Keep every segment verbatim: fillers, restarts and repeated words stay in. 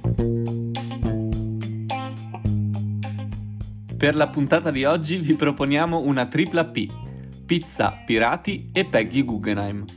Per la puntata di oggi vi proponiamo una tripla P: pizza, pirati e Peggy Guggenheim.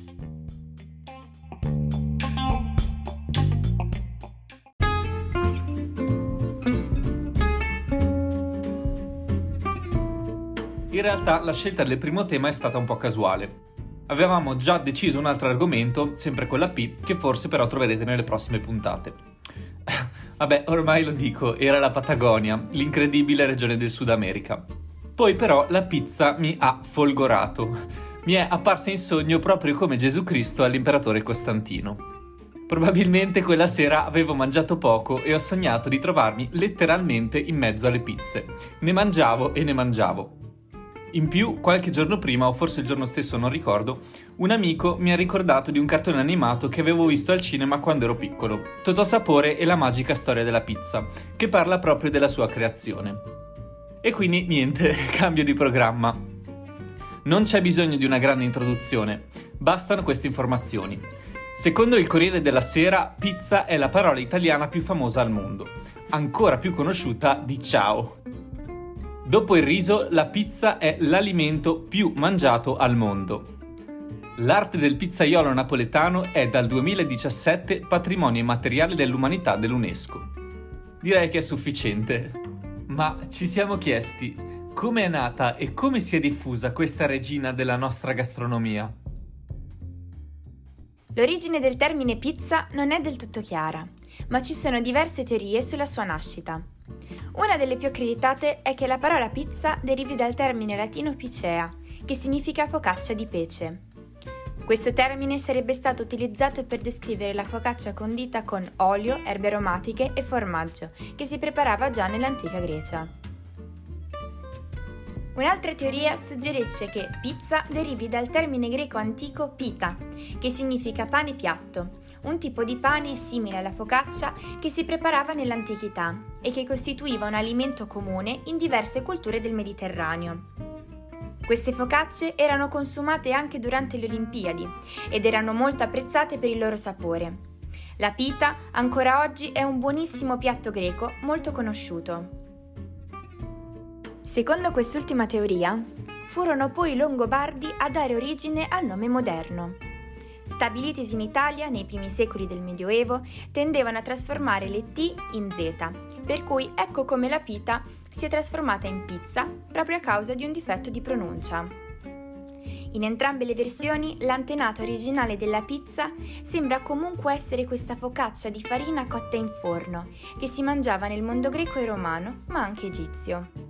In realtà la scelta del primo tema è stata un po' casuale. Avevamo già deciso un altro argomento, sempre con la P, che forse però troverete nelle prossime puntate. Vabbè, ormai lo dico, era la Patagonia, l'incredibile regione del Sud America. Poi però la pizza mi ha folgorato. Mi è apparsa in sogno proprio come Gesù Cristo all'imperatore Costantino. Probabilmente quella sera avevo mangiato poco e ho sognato di trovarmi letteralmente in mezzo alle pizze. Ne mangiavo e ne mangiavo. In più, qualche giorno prima, o forse il giorno stesso, non ricordo, un amico mi ha ricordato di un cartone animato che avevo visto al cinema quando ero piccolo, Totò Sapore e la magica storia della pizza, che parla proprio della sua creazione. E quindi niente, cambio di programma. Non c'è bisogno di una grande introduzione, bastano queste informazioni. Secondo il Corriere della Sera, pizza è la parola italiana più famosa al mondo, ancora più conosciuta di ciao. Dopo il riso, la pizza è l'alimento più mangiato al mondo. L'arte del pizzaiolo napoletano è dal duemiladiciassette patrimonio immateriale dell'umanità dell'UNESCO. Direi che è sufficiente. Ma ci siamo chiesti come è nata e come si è diffusa questa regina della nostra gastronomia? L'origine del termine pizza non è del tutto chiara, ma ci sono diverse teorie sulla sua nascita. Una delle più accreditate è che la parola pizza derivi dal termine latino picea, che significa focaccia di pece. Questo termine sarebbe stato utilizzato per descrivere la focaccia condita con olio, erbe aromatiche e formaggio, che si preparava già nell'antica Grecia. Un'altra teoria suggerisce che pizza derivi dal termine greco antico pita, che significa pane piatto, un tipo di pane simile alla focaccia che si preparava nell'antichità e che costituiva un alimento comune in diverse culture del Mediterraneo. Queste focacce erano consumate anche durante le Olimpiadi ed erano molto apprezzate per il loro sapore. La pita ancora oggi è un buonissimo piatto greco molto conosciuto. Secondo quest'ultima teoria, furono poi i Longobardi a dare origine al nome moderno. Stabilitisi in Italia nei primi secoli del Medioevo, tendevano a trasformare le T in Z, per cui ecco come la pita si è trasformata in pizza proprio a causa di un difetto di pronuncia. In entrambe le versioni, l'antenato originale della pizza sembra comunque essere questa focaccia di farina cotta in forno, che si mangiava nel mondo greco e romano, ma anche egizio.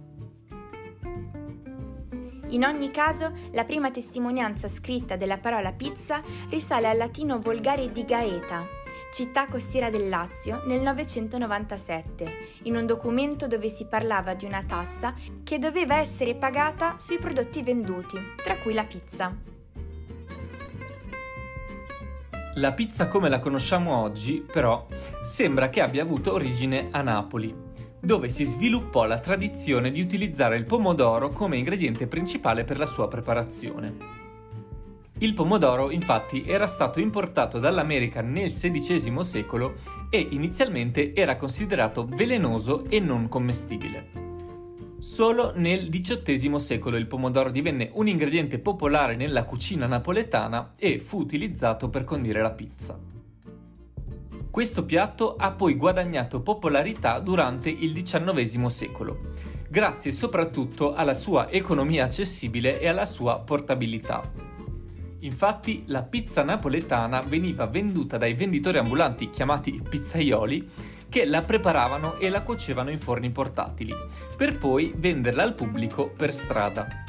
In ogni caso, la prima testimonianza scritta della parola pizza risale al latino volgare di Gaeta, città costiera del Lazio, nel novecentonovantasette, in un documento dove si parlava di una tassa che doveva essere pagata sui prodotti venduti, tra cui la pizza. La pizza come la conosciamo oggi, però, sembra che abbia avuto origine a Napoli, dove si sviluppò la tradizione di utilizzare il pomodoro come ingrediente principale per la sua preparazione. Il pomodoro, infatti, era stato importato dall'America nel sedicesimo secolo e inizialmente era considerato velenoso e non commestibile. Solo nel diciottesimo secolo il pomodoro divenne un ingrediente popolare nella cucina napoletana e fu utilizzato per condire la pizza. Questo piatto ha poi guadagnato popolarità durante il diciannovesimo secolo, grazie soprattutto alla sua economia accessibile e alla sua portabilità. Infatti, la pizza napoletana veniva venduta dai venditori ambulanti chiamati pizzaioli, che la preparavano e la cuocevano in forni portatili, per poi venderla al pubblico per strada.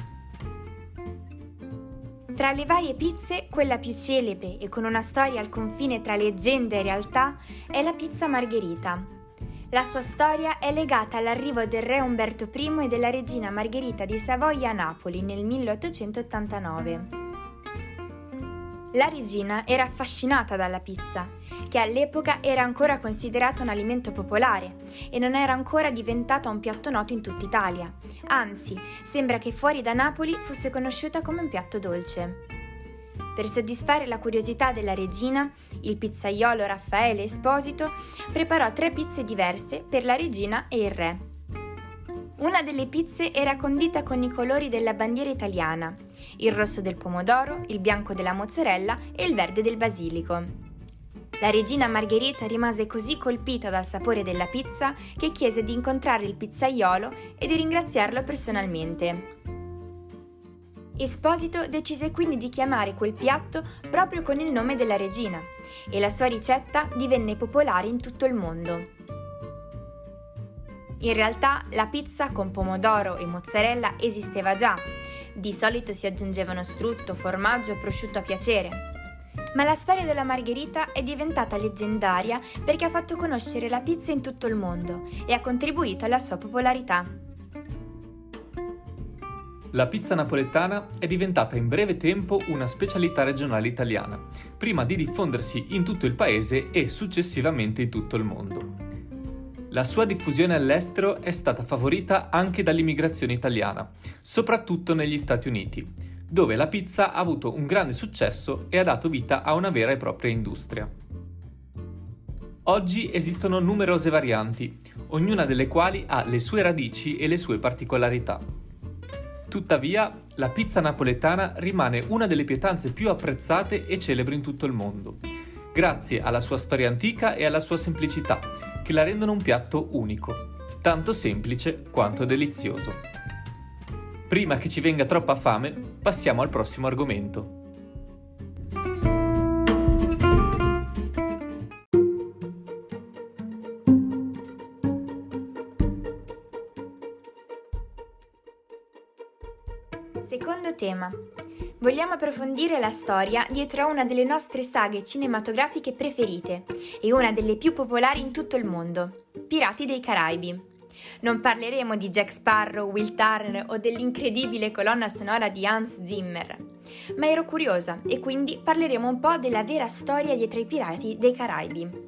Tra le varie pizze, quella più celebre e con una storia al confine tra leggenda e realtà è la pizza margherita. La sua storia è legata all'arrivo del re Umberto primo e della regina Margherita di Savoia a Napoli nel milleottocentottantanove. La regina era affascinata dalla pizza, che all'epoca era ancora considerata un alimento popolare e non era ancora diventata un piatto noto in tutta Italia. Anzi, sembra che fuori da Napoli fosse conosciuta come un piatto dolce. Per soddisfare la curiosità della regina, il pizzaiolo Raffaele Esposito preparò tre pizze diverse per la regina e il re. Una delle pizze era condita con i colori della bandiera italiana, il rosso del pomodoro, il bianco della mozzarella e il verde del basilico. La regina Margherita rimase così colpita dal sapore della pizza che chiese di incontrare il pizzaiolo e di ringraziarlo personalmente. Esposito decise quindi di chiamare quel piatto proprio con il nome della regina e la sua ricetta divenne popolare in tutto il mondo. In realtà la pizza con pomodoro e mozzarella esisteva già, di solito si aggiungevano strutto, formaggio e prosciutto a piacere. Ma la storia della Margherita è diventata leggendaria perché ha fatto conoscere la pizza in tutto il mondo e ha contribuito alla sua popolarità. La pizza napoletana è diventata in breve tempo una specialità regionale italiana, prima di diffondersi in tutto il paese e successivamente in tutto il mondo. La sua diffusione all'estero è stata favorita anche dall'immigrazione italiana, soprattutto negli Stati Uniti, dove la pizza ha avuto un grande successo e ha dato vita a una vera e propria industria. Oggi esistono numerose varianti, ognuna delle quali ha le sue radici e le sue particolarità. Tuttavia, la pizza napoletana rimane una delle pietanze più apprezzate e celebri in tutto il mondo, grazie alla sua storia antica e alla sua semplicità, che la rendono un piatto unico, tanto semplice quanto delizioso. Prima che ci venga troppa fame, passiamo al prossimo argomento. Secondo tema. Vogliamo approfondire la storia dietro a una delle nostre saghe cinematografiche preferite e una delle più popolari in tutto il mondo, Pirati dei Caraibi. Non parleremo di Jack Sparrow, Will Turner o dell'incredibile colonna sonora di Hans Zimmer, ma ero curiosa e quindi parleremo un po' della vera storia dietro ai Pirati dei Caraibi.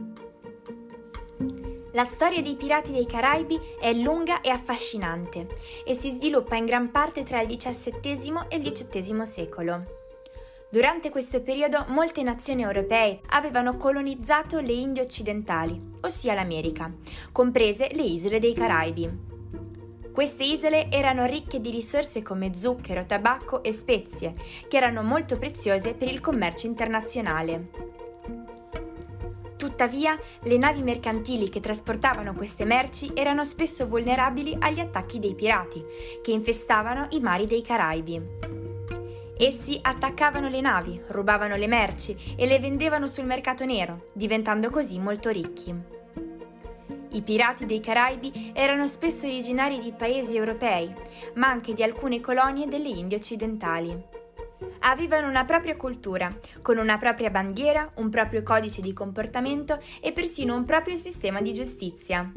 La storia dei Pirati dei Caraibi è lunga e affascinante e si sviluppa in gran parte tra il diciassettesimo e il diciottesimo secolo. Durante questo periodo molte nazioni europee avevano colonizzato le Indie occidentali, ossia l'America, comprese le isole dei Caraibi. Queste isole erano ricche di risorse come zucchero, tabacco e spezie, che erano molto preziose per il commercio internazionale. Tuttavia, le navi mercantili che trasportavano queste merci erano spesso vulnerabili agli attacchi dei pirati, che infestavano i mari dei Caraibi. Essi attaccavano le navi, rubavano le merci e le vendevano sul mercato nero, diventando così molto ricchi. I pirati dei Caraibi erano spesso originari di paesi europei, ma anche di alcune colonie delle Indie occidentali. Avevano una propria cultura, con una propria bandiera, un proprio codice di comportamento e persino un proprio sistema di giustizia.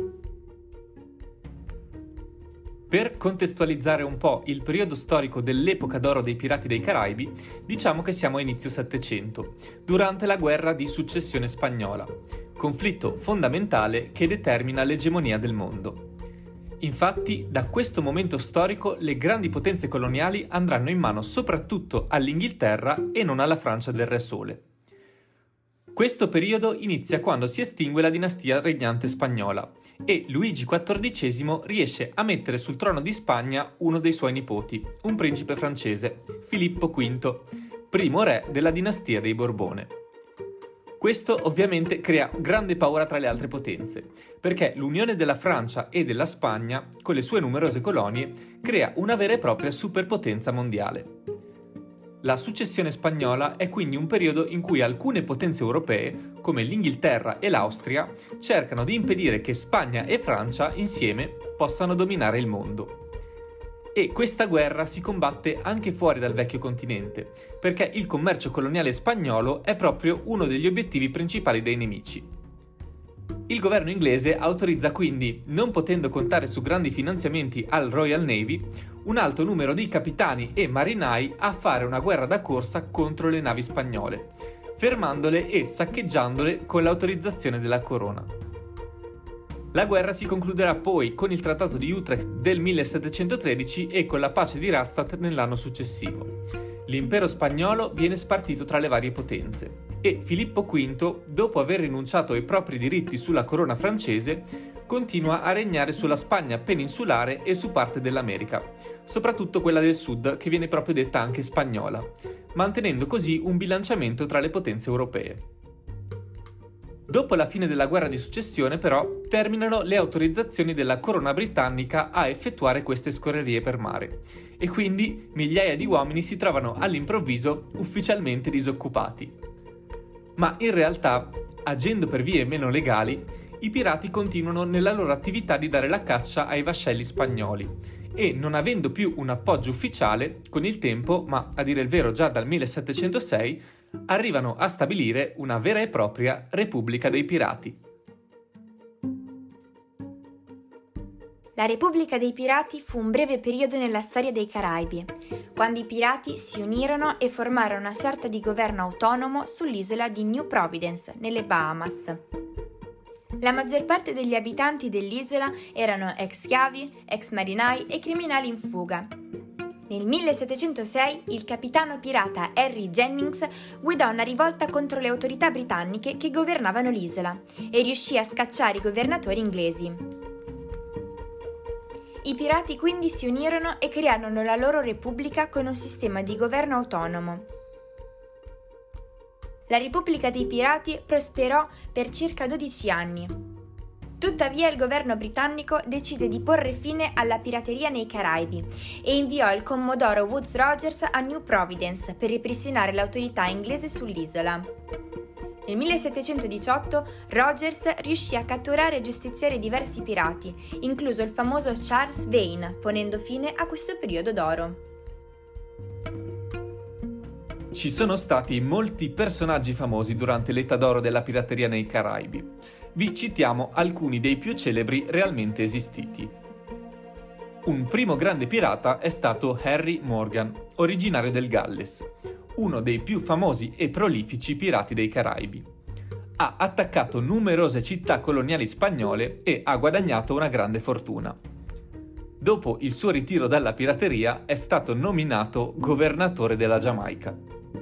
Per contestualizzare un po' il periodo storico dell'epoca d'oro dei Pirati dei Caraibi, diciamo che siamo a inizio Settecento, durante la guerra di successione spagnola, conflitto fondamentale che determina l'egemonia del mondo. Infatti, da questo momento storico le grandi potenze coloniali andranno in mano soprattutto all'Inghilterra e non alla Francia del Re Sole. Questo periodo inizia quando si estingue la dinastia regnante spagnola e Luigi quattordicesimo riesce a mettere sul trono di Spagna uno dei suoi nipoti, un principe francese, Filippo quinto, primo re della dinastia dei Borbone. Questo ovviamente crea grande paura tra le altre potenze, perché l'unione della Francia e della Spagna, con le sue numerose colonie, crea una vera e propria superpotenza mondiale. La successione spagnola è quindi un periodo in cui alcune potenze europee, come l'Inghilterra e l'Austria, cercano di impedire che Spagna e Francia insieme possano dominare il mondo. E questa guerra si combatte anche fuori dal vecchio continente, perché il commercio coloniale spagnolo è proprio uno degli obiettivi principali dei nemici. Il governo inglese autorizza quindi, non potendo contare su grandi finanziamenti al Royal Navy, un alto numero di capitani e marinai a fare una guerra da corsa contro le navi spagnole, fermandole e saccheggiandole con l'autorizzazione della corona. La guerra si concluderà poi con il Trattato di Utrecht del millesettecentotredici e con la pace di Rastatt nell'anno successivo, L'impero spagnolo viene spartito tra le varie potenze e Filippo quinto, dopo aver rinunciato ai propri diritti sulla corona francese, continua a regnare sulla Spagna peninsulare e su parte dell'America, soprattutto quella del sud, che viene proprio detta anche spagnola, mantenendo così un bilanciamento tra le potenze europee. Dopo la fine della guerra di successione, però, terminano le autorizzazioni della corona britannica a effettuare queste scorrerie per mare e quindi migliaia di uomini si trovano all'improvviso ufficialmente disoccupati. Ma in realtà, agendo per vie meno legali, i pirati continuano nella loro attività di dare la caccia ai vascelli spagnoli e, non avendo più un appoggio ufficiale, con il tempo, ma a dire il vero già dal millesettecentosei, arrivano a stabilire una vera e propria Repubblica dei Pirati. La Repubblica dei Pirati fu un breve periodo nella storia dei Caraibi, quando i pirati si unirono e formarono una sorta di governo autonomo sull'isola di New Providence, nelle Bahamas. La maggior parte degli abitanti dell'isola erano ex schiavi, ex marinai e criminali in fuga. Nel millesettecentosei il capitano pirata Henry Jennings guidò una rivolta contro le autorità britanniche che governavano l'isola e riuscì a scacciare i governatori inglesi. I pirati quindi si unirono e crearono la loro repubblica con un sistema di governo autonomo. La Repubblica dei Pirati prosperò per circa dodici anni. Tuttavia il governo britannico decise di porre fine alla pirateria nei Caraibi e inviò il commodoro Woodes Rogers a New Providence per ripristinare l'autorità inglese sull'isola. Nel millesettecentodiciotto Rogers riuscì a catturare e giustiziare diversi pirati, incluso il famoso Charles Vane, ponendo fine a questo periodo d'oro. Ci sono stati molti personaggi famosi durante l'età d'oro della pirateria nei Caraibi. Vi citiamo alcuni dei più celebri realmente esistiti. Un primo grande pirata è stato Henry Morgan, originario del Galles, uno dei più famosi e prolifici pirati dei Caraibi. Ha attaccato numerose città coloniali spagnole e ha guadagnato una grande fortuna. Dopo il suo ritiro dalla pirateria è stato nominato governatore della Giamaica.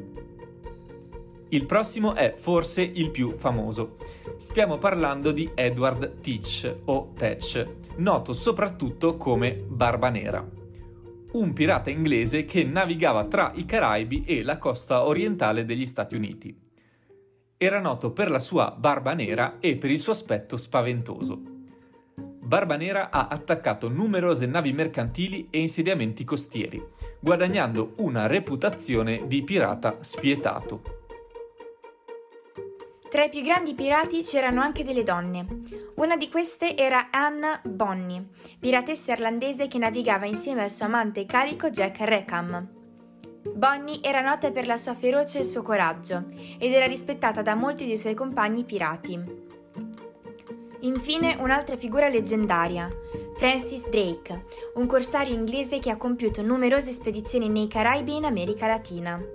Il prossimo è forse il più famoso. Stiamo parlando di Edward Teach o Tetch, noto soprattutto come Barba Nera, un pirata inglese che navigava tra i Caraibi e la costa orientale degli Stati Uniti. Era noto per la sua barba nera e per il suo aspetto spaventoso. Barba Nera ha attaccato numerose navi mercantili e insediamenti costieri, guadagnando una reputazione di pirata spietato. Tra i più grandi pirati c'erano anche delle donne. Una di queste era Anne Bonny, piratessa irlandese che navigava insieme al suo amante carico Jack Rackham. Bonny era nota per la sua ferocia e il suo coraggio ed era rispettata da molti dei suoi compagni pirati. Infine un'altra figura leggendaria, Francis Drake, un corsario inglese che ha compiuto numerose spedizioni nei Caraibi e in America Latina.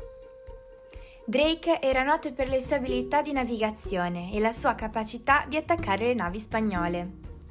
Drake era noto per le sue abilità di navigazione e la sua capacità di attaccare le navi spagnole.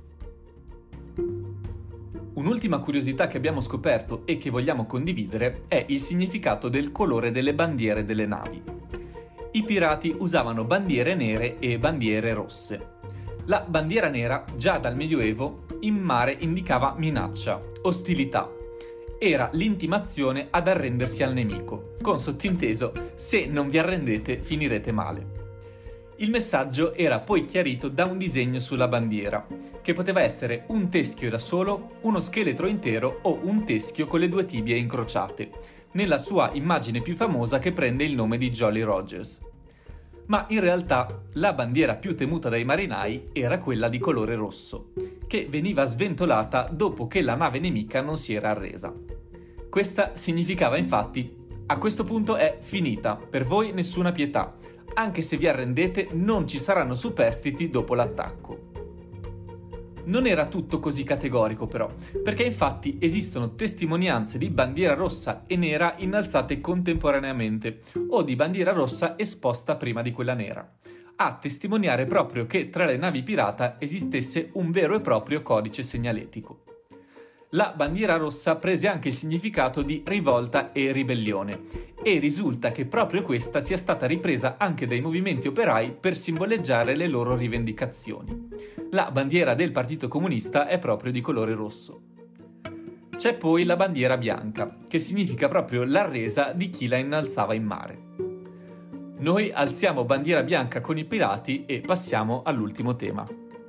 Un'ultima curiosità che abbiamo scoperto e che vogliamo condividere è il significato del colore delle bandiere delle navi. I pirati usavano bandiere nere e bandiere rosse. La bandiera nera, già dal Medioevo, in mare indicava minaccia, ostilità. Era l'intimazione ad arrendersi al nemico, con sottinteso: se non vi arrendete finirete male. Il messaggio era poi chiarito da un disegno sulla bandiera, che poteva essere un teschio da solo, uno scheletro intero o un teschio con le due tibie incrociate, nella sua immagine più famosa che prende il nome di Jolly Rogers. Ma in realtà la bandiera più temuta dai marinai era quella di colore rosso, che veniva sventolata dopo che la nave nemica non si era arresa. Questa significava infatti: a questo punto è finita, per voi nessuna pietà, anche se vi arrendete non ci saranno superstiti dopo l'attacco. Non era tutto così categorico però, perché infatti esistono testimonianze di bandiera rossa e nera innalzate contemporaneamente, o di bandiera rossa esposta prima di quella nera, a testimoniare proprio che tra le navi pirata esistesse un vero e proprio codice segnaletico. La bandiera rossa prese anche il significato di rivolta e ribellione e risulta che proprio questa sia stata ripresa anche dai movimenti operai per simboleggiare le loro rivendicazioni. La bandiera del Partito Comunista è proprio di colore rosso. C'è poi la bandiera bianca, che significa proprio la resa di chi la innalzava in mare. Noi alziamo bandiera bianca con i pirati e passiamo all'ultimo tema.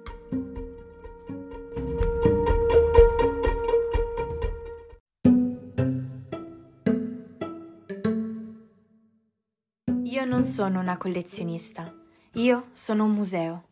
Io non sono una collezionista, io sono un museo.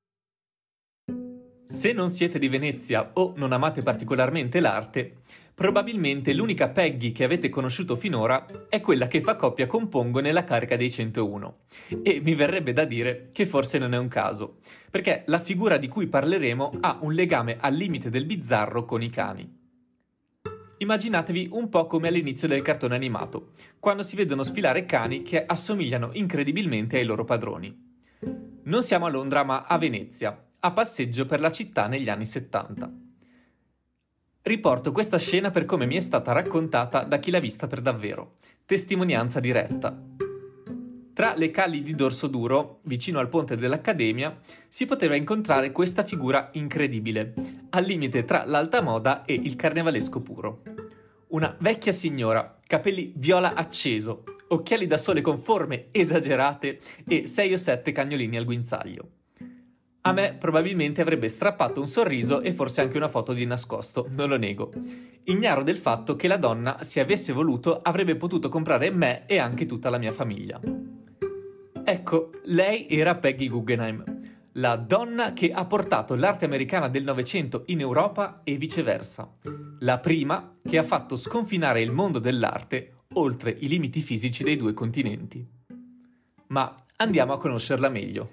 Se non siete di Venezia o non amate particolarmente l'arte, probabilmente l'unica Peggy che avete conosciuto finora è quella che fa coppia con Pongo nella carica dei centouno. E mi verrebbe da dire che forse non è un caso, perché la figura di cui parleremo ha un legame al limite del bizzarro con i cani. Immaginatevi un po' come all'inizio del cartone animato, quando si vedono sfilare cani che assomigliano incredibilmente ai loro padroni. Non siamo a Londra ma a Venezia, a passeggio per la città negli anni settanta. Riporto questa scena per come mi è stata raccontata da chi l'ha vista per davvero, testimonianza diretta. Tra le calli di Dorsoduro, vicino al ponte dell'Accademia, si poteva incontrare questa figura incredibile, al limite tra l'alta moda e il carnevalesco puro. Una vecchia signora, capelli viola acceso, occhiali da sole con forme esagerate e sei o sette cagnolini al guinzaglio. A me probabilmente avrebbe strappato un sorriso e forse anche una foto di nascosto, non lo nego. Ignaro del fatto che la donna, se avesse voluto, avrebbe potuto comprare me e anche tutta la mia famiglia. Ecco, lei era Peggy Guggenheim, la donna che ha portato l'arte americana del Novecento in Europa e viceversa. La prima che ha fatto sconfinare il mondo dell'arte oltre i limiti fisici dei due continenti. Ma andiamo a conoscerla meglio.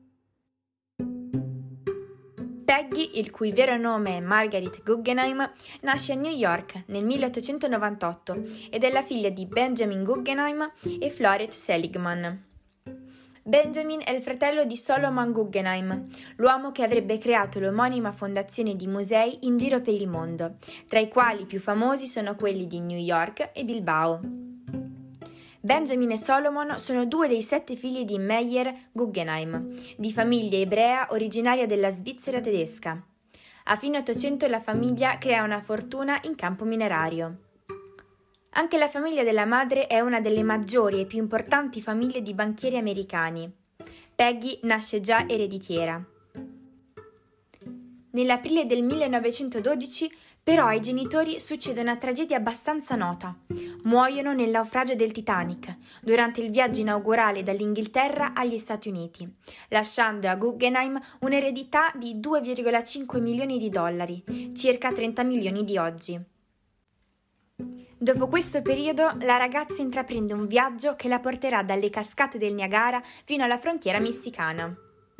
Peggy, il cui vero nome è Margaret Guggenheim, nasce a New York nel milleottocentonovantotto ed è la figlia di Benjamin Guggenheim e Florence Seligman. Benjamin è il fratello di Solomon Guggenheim, l'uomo che avrebbe creato l'omonima fondazione di musei in giro per il mondo, tra i quali i più famosi sono quelli di New York e Bilbao. Benjamin e Solomon sono due dei sette figli di Meyer Guggenheim, di famiglia ebrea originaria della Svizzera tedesca. A fine Ottocento la famiglia crea una fortuna in campo minerario. Anche la famiglia della madre è una delle maggiori e più importanti famiglie di banchieri americani. Peggy nasce già ereditiera. Nell'aprile del millenovecentododici, però, ai genitori succede una tragedia abbastanza nota. Muoiono nel naufragio del Titanic, durante il viaggio inaugurale dall'Inghilterra agli Stati Uniti, lasciando a Guggenheim un'eredità di due virgola cinque milioni di dollari, circa trenta milioni di oggi. Dopo questo periodo, la ragazza intraprende un viaggio che la porterà dalle cascate del Niagara fino alla frontiera messicana.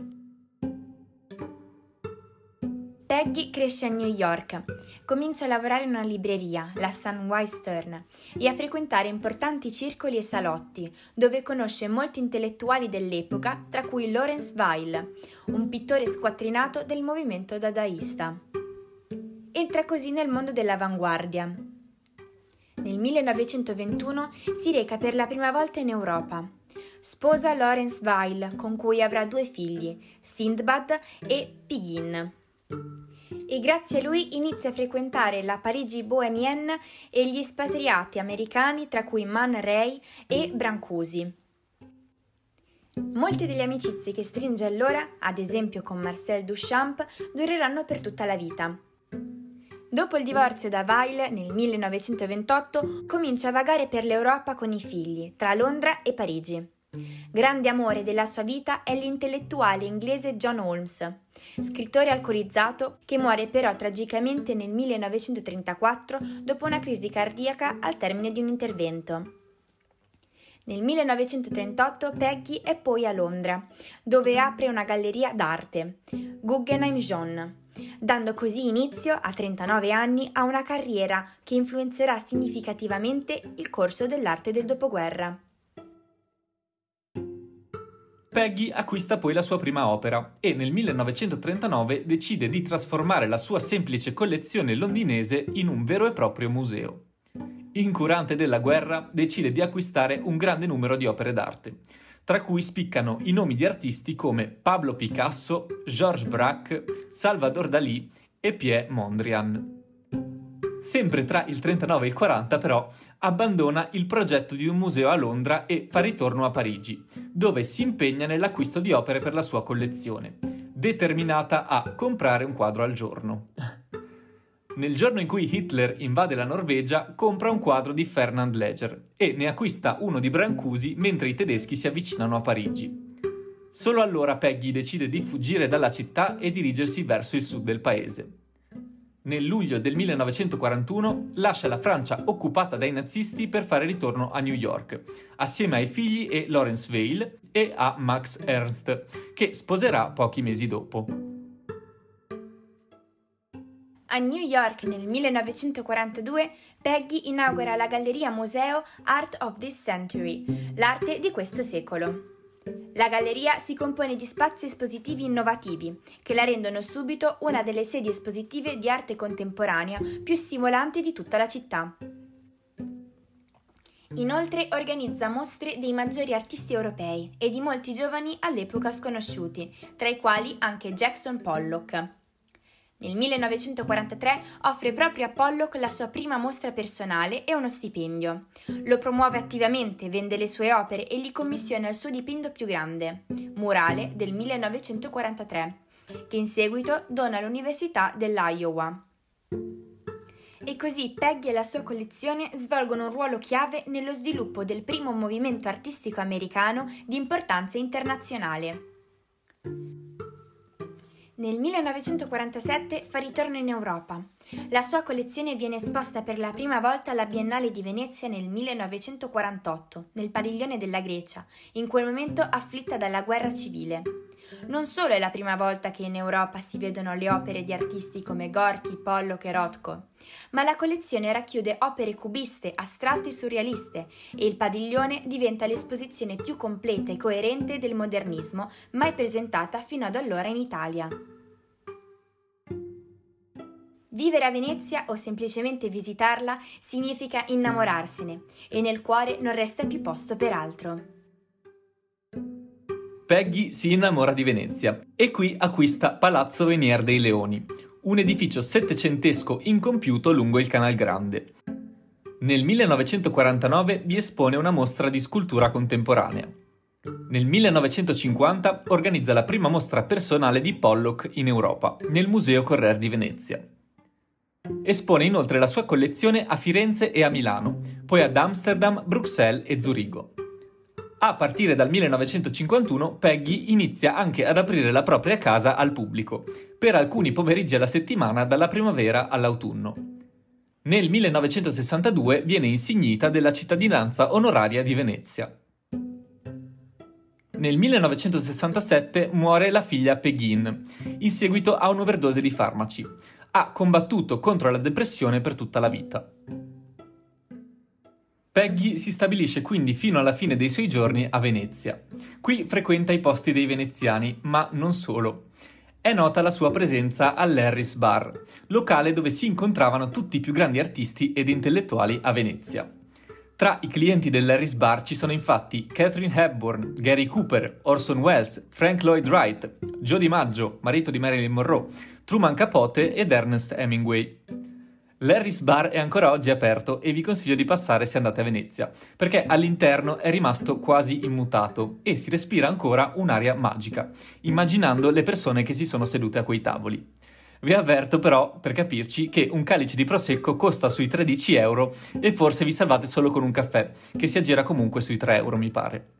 Peggy cresce a New York, comincia a lavorare in una libreria, la Samwise Stern, e a frequentare importanti circoli e salotti, dove conosce molti intellettuali dell'epoca, tra cui Lawrence Weil, un pittore squattrinato del movimento dadaista. Entra così nel mondo dell'avanguardia. Nel millenovecentoventuno si reca per la prima volta in Europa. Sposa Lawrence Weil, con cui avrà due figli, Sindbad e Pigin. E grazie a lui inizia a frequentare la Parigi bohemienne e gli espatriati americani, tra cui Man Ray e Brancusi. Molte delle amicizie che stringe allora, ad esempio con Marcel Duchamp, dureranno per tutta la vita. Dopo il divorzio da Weil, nel millenovecentoventotto, comincia a vagare per l'Europa con i figli, tra Londra e Parigi. Grande amore della sua vita è l'intellettuale inglese John Holmes, scrittore alcolizzato che muore però tragicamente nel millenovecentotrentaquattro dopo una crisi cardiaca al termine di un intervento. Nel millenovecentotrentotto Peggy è poi a Londra, dove apre una galleria d'arte, Guggenheim John, dando così inizio, a trentanove anni, a una carriera che influenzerà significativamente il corso dell'arte del dopoguerra. Peggy acquista poi la sua prima opera e nel millenovecentotrentanove decide di trasformare la sua semplice collezione londinese in un vero e proprio museo. Incurante della guerra, decide di acquistare un grande numero di opere d'arte, tra cui spiccano i nomi di artisti come Pablo Picasso, Georges Braque, Salvador Dalí e Piet Mondrian. Sempre tra il trentanove e il quaranta, però, abbandona il progetto di un museo a Londra e fa ritorno a Parigi, dove si impegna nell'acquisto di opere per la sua collezione, determinata a comprare un quadro al giorno. Nel giorno in cui Hitler invade la Norvegia, compra un quadro di Fernand Léger e ne acquista uno di Brancusi mentre i tedeschi si avvicinano a Parigi. Solo allora Peggy decide di fuggire dalla città e dirigersi verso il sud del paese. Nel luglio del millenovecentoquarantuno lascia la Francia occupata dai nazisti per fare ritorno a New York, assieme ai figli e Lawrence Vail e a Max Ernst, che sposerà pochi mesi dopo. A New York nel millenovecentoquarantadue Peggy inaugura la galleria museo Art of this Century, l'arte di questo secolo. La galleria si compone di spazi espositivi innovativi, che la rendono subito una delle sedi espositive di arte contemporanea più stimolanti di tutta la città. Inoltre organizza mostre dei maggiori artisti europei e di molti giovani all'epoca sconosciuti, tra i quali anche Jackson Pollock. Nel millenovecentoquarantatré offre proprio a Pollock la sua prima mostra personale e uno stipendio. Lo promuove attivamente, vende le sue opere e gli commissiona il suo dipinto più grande, Murale del millenovecentoquarantatré, che in seguito dona all'Università dell'Iowa. E così Peggy e la sua collezione svolgono un ruolo chiave nello sviluppo del primo movimento artistico americano di importanza internazionale. Nel millenovecentoquarantasette fa ritorno in Europa. La sua collezione viene esposta per la prima volta alla Biennale di Venezia nel millenovecentoquarantotto, nel padiglione della Grecia, in quel momento afflitta dalla guerra civile. Non solo è la prima volta che in Europa si vedono le opere di artisti come Gorky, Pollock e Rothko, ma la collezione racchiude opere cubiste, astratte e surrealiste e il padiglione diventa l'esposizione più completa e coerente del modernismo mai presentata fino ad allora in Italia. Vivere a Venezia o semplicemente visitarla significa innamorarsene e nel cuore non resta più posto per altro. Peggy si innamora di Venezia e qui acquista Palazzo Venier dei Leoni, un edificio settecentesco incompiuto lungo il Canal Grande. Nel millenovecentoquarantanove vi espone una mostra di scultura contemporanea. Nel millenovecentocinquanta organizza la prima mostra personale di Pollock in Europa, nel Museo Correr di Venezia. Espone inoltre la sua collezione a Firenze e a Milano, poi ad Amsterdam, Bruxelles e Zurigo. A partire dal millenovecentocinquantuno Peggy inizia anche ad aprire la propria casa al pubblico, per alcuni pomeriggi alla settimana dalla primavera all'autunno. Nel millenovecentosessantadue viene insignita della cittadinanza onoraria di Venezia. Nel millenovecentosessantasette muore la figlia Peggy in seguito a un'overdose di farmaci. Ha combattuto contro la depressione per tutta la vita. Peggy si stabilisce quindi fino alla fine dei suoi giorni a Venezia. Qui frequenta i posti dei veneziani, ma non solo. È nota la sua presenza all'Harris Bar, locale dove si incontravano tutti i più grandi artisti ed intellettuali a Venezia. Tra i clienti dell'Harris Bar ci sono infatti Katharine Hepburn, Gary Cooper, Orson Welles, Frank Lloyd Wright, Joe DiMaggio, marito di Marilyn Monroe, Truman Capote ed Ernest Hemingway. L'Harris Bar è ancora oggi aperto e vi consiglio di passare se andate a Venezia, perché all'interno è rimasto quasi immutato e si respira ancora un'aria magica, immaginando le persone che si sono sedute a quei tavoli. Vi avverto però, per capirci, che un calice di prosecco costa sui tredici euro e forse vi salvate solo con un caffè, che si aggira comunque sui tre euro mi pare.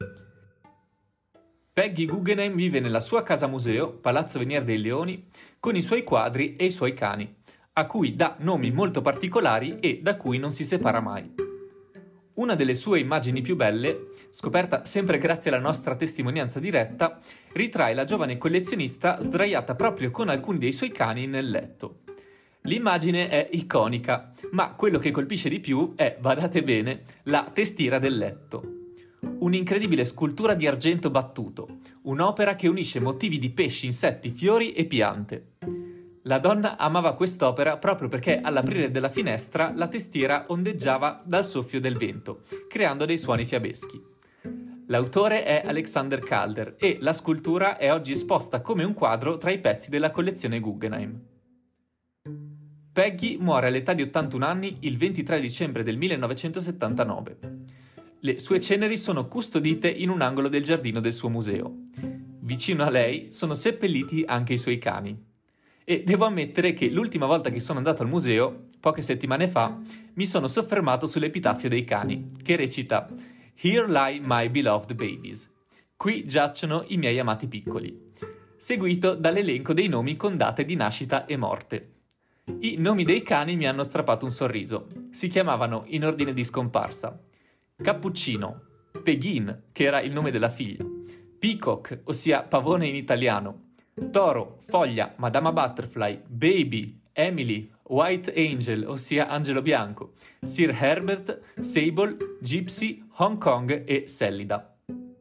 Peggy Guggenheim vive nella sua casa museo, Palazzo Venier dei Leoni, con i suoi quadri e i suoi cani, a cui dà nomi molto particolari e da cui non si separa mai. Una delle sue immagini più belle, scoperta sempre grazie alla nostra testimonianza diretta, ritrae la giovane collezionista sdraiata proprio con alcuni dei suoi cani nel letto. L'immagine è iconica, ma quello che colpisce di più è, badate bene, la testiera del letto. un'incredibile scultura di argento battuto, un'opera che unisce motivi di pesci, insetti, fiori e piante. La donna amava quest'opera proprio perché all'aprire della finestra la testiera ondeggiava dal soffio del vento, creando dei suoni fiabeschi. L'autore è Alexander Calder e la scultura è oggi esposta come un quadro tra i pezzi della collezione Guggenheim. Peggy muore all'età di ottantuno anni il ventitré dicembre del millenovecentosettantanove. Le sue ceneri sono custodite in un angolo del giardino del suo museo. Vicino a lei sono seppelliti anche i suoi cani. E devo ammettere che l'ultima volta che sono andato al museo, poche settimane fa, mi sono soffermato sull'epitaffio dei cani, che recita "Here lie my beloved babies". Qui giacciono i miei amati piccoli, seguito dall'elenco dei nomi con date di nascita e morte. I nomi dei cani mi hanno strappato un sorriso. Si chiamavano in ordine di scomparsa: Cappuccino, Pegin, che era il nome della figlia, Peacock, ossia pavone in italiano, Toro, Foglia, Madama Butterfly, Baby, Emily, White Angel, ossia angelo bianco, Sir Herbert, Sable, Gypsy, Hong Kong e Sellida.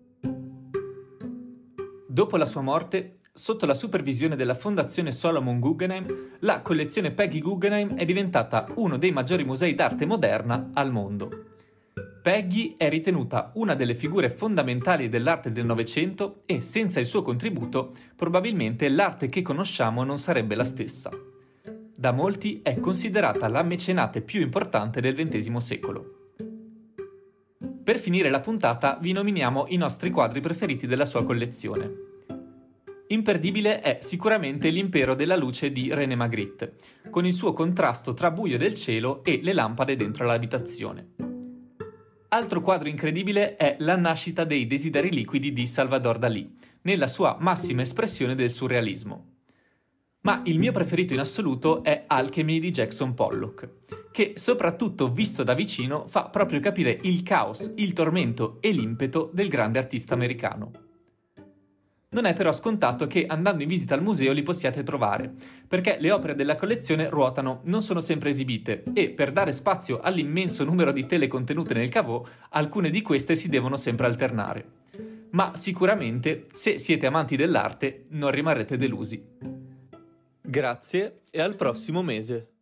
Dopo la sua morte, sotto la supervisione della Fondazione Solomon Guggenheim, la collezione Peggy Guggenheim è diventata uno dei maggiori musei d'arte moderna al mondo. Peggy è ritenuta una delle figure fondamentali dell'arte del Novecento e senza il suo contributo probabilmente l'arte che conosciamo non sarebbe la stessa. Da molti è considerata la mecenate più importante del ventesimo secolo. Per finire la puntata vi nominiamo i nostri quadri preferiti della sua collezione. Imperdibile è sicuramente L'impero della luce di René Magritte, con il suo contrasto tra buio del cielo e le lampade dentro l'abitazione. Altro quadro incredibile è La nascita dei desideri liquidi di Salvador Dalì, nella sua massima espressione del surrealismo. Ma il mio preferito in assoluto è Alchemy di Jackson Pollock, che soprattutto visto da vicino fa proprio capire il caos, il tormento e l'impeto del grande artista americano. Non è però scontato che andando in visita al museo li possiate trovare, perché le opere della collezione ruotano, non sono sempre esibite e, per dare spazio all'immenso numero di tele contenute nel caveau, alcune di queste si devono sempre alternare. Ma sicuramente, se siete amanti dell'arte, non rimarrete delusi. Grazie e al prossimo mese!